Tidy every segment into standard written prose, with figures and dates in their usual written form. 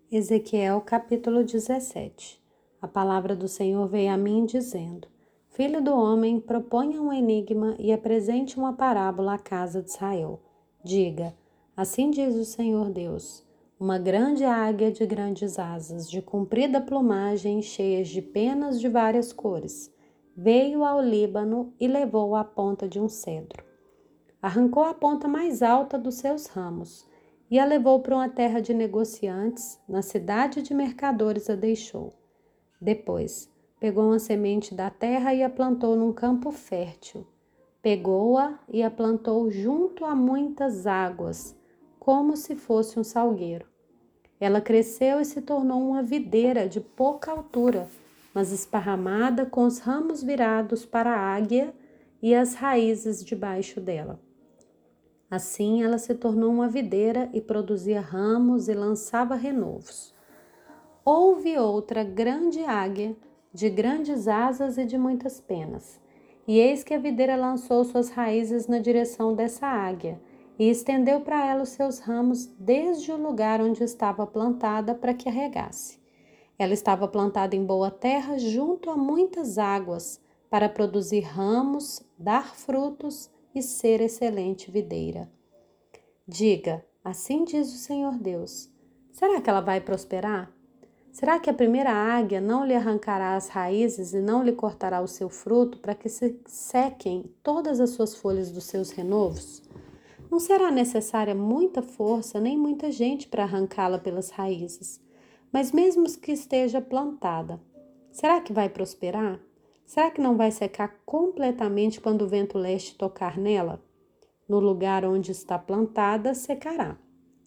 Ezequiel capítulo 17. A palavra do Senhor veio a mim dizendo: Filho do homem, proponha um enigma e apresente uma parábola à casa de Israel. Diga: assim diz o Senhor Deus: uma grande águia de grandes asas, de comprida plumagem, cheias de penas de várias cores, veio ao Líbano e levou a ponta de um cedro. Arrancou a ponta mais alta dos seus ramos e a levou para uma terra de negociantes, na cidade de mercadores a deixou. Depois, pegou uma semente da terra e a plantou num campo fértil. Pegou-a e a plantou junto a muitas águas, como se fosse um salgueiro. Ela cresceu e se tornou uma videira de pouca altura, mas esparramada com os ramos virados para a águia e as raízes debaixo dela. Assim ela se tornou uma videira e produzia ramos e lançava renovos. Houve outra grande águia, de grandes asas e de muitas penas. E eis que a videira lançou suas raízes na direção dessa águia e estendeu para ela os seus ramos desde o lugar onde estava plantada para que a regasse. Ela estava plantada em boa terra junto a muitas águas para produzir ramos, dar frutos e ser excelente videira. Diga, assim diz o Senhor Deus: será que ela vai prosperar? Será que a primeira águia não lhe arrancará as raízes e não lhe cortará o seu fruto para que se sequem todas as suas folhas dos seus renovos? Não será necessária muita força nem muita gente para arrancá-la pelas raízes. Mas mesmo que esteja plantada, será que vai prosperar? Será que não vai secar completamente quando o vento leste tocar nela? No lugar onde está plantada, secará.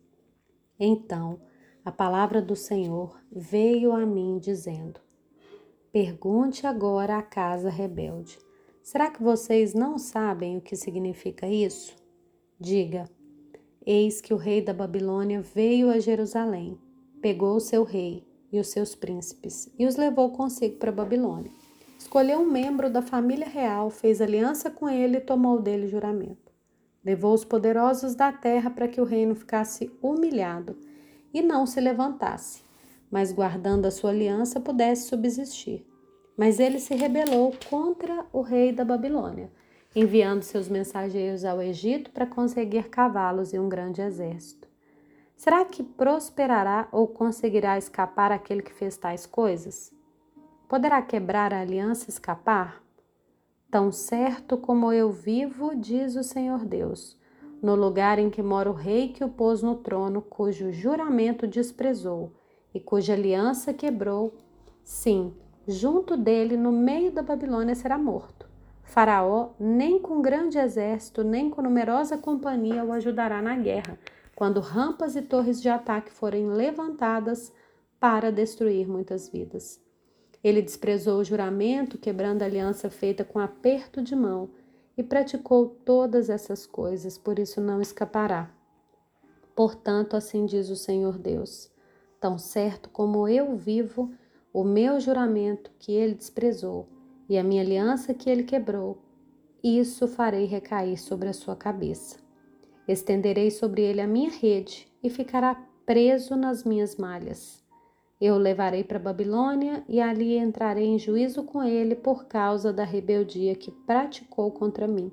Então, a palavra do Senhor veio a mim dizendo: pergunte agora à casa rebelde: será que vocês não sabem o que significa isso? Diga: eis que o rei da Babilônia veio a Jerusalém, pegou o seu rei e os seus príncipes e os levou consigo para a Babilônia. Escolheu um membro da família real, fez aliança com ele e tomou dele juramento. Levou os poderosos da terra para que o reino ficasse humilhado e não se levantasse, mas guardando a sua aliança pudesse subsistir. Mas ele se rebelou contra o rei da Babilônia, enviando seus mensageiros ao Egito para conseguir cavalos e um grande exército. Será que prosperará ou conseguirá escapar aquele que fez tais coisas? Poderá quebrar a aliança e escapar? Tão certo como eu vivo, diz o Senhor Deus, no lugar em que mora o rei que o pôs no trono, cujo juramento desprezou e cuja aliança quebrou, sim, junto dele, no meio da Babilônia, será morto. Faraó, nem com grande exército, nem com numerosa companhia, o ajudará na guerra, quando rampas e torres de ataque forem levantadas para destruir muitas vidas. Ele desprezou o juramento, quebrando a aliança feita com aperto de mão, e praticou todas essas coisas, por isso não escapará. Portanto, assim diz o Senhor Deus: tão certo como eu vivo, o meu juramento que ele desprezou e a minha aliança que ele quebrou, isso farei recair sobre a sua cabeça. Estenderei sobre ele a minha rede e ficará preso nas minhas malhas. Eu o levarei para a Babilônia e ali entrarei em juízo com ele por causa da rebeldia que praticou contra mim.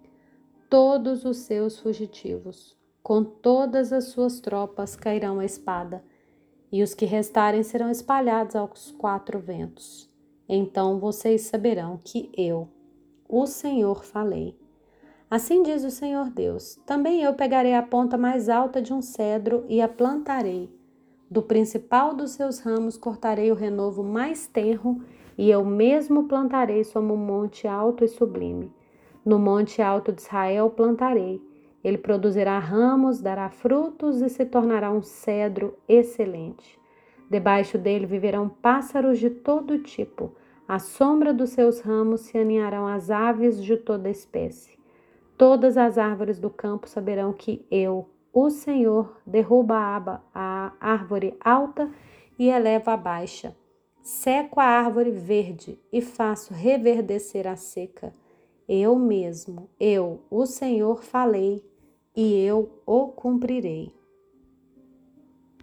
Todos os seus fugitivos, com todas as suas tropas, cairão à espada, e os que restarem serão espalhados aos quatro ventos. Então vocês saberão que eu, o Senhor, falei. Assim diz o Senhor Deus: também eu pegarei a ponta mais alta de um cedro e a plantarei. Do principal dos seus ramos cortarei o renovo mais tenro, e eu mesmo plantarei sobre um monte alto e sublime. No monte alto de Israel plantarei. Ele produzirá ramos, dará frutos e se tornará um cedro excelente. Debaixo dele viverão pássaros de todo tipo. À sombra dos seus ramos se aninharão as aves de toda espécie. Todas as árvores do campo saberão que eu, o Senhor, derrubo a árvore alta e elevo a baixa. Seco a árvore verde e faço reverdecer a seca. Eu mesmo, eu, o Senhor, falei e eu o cumprirei.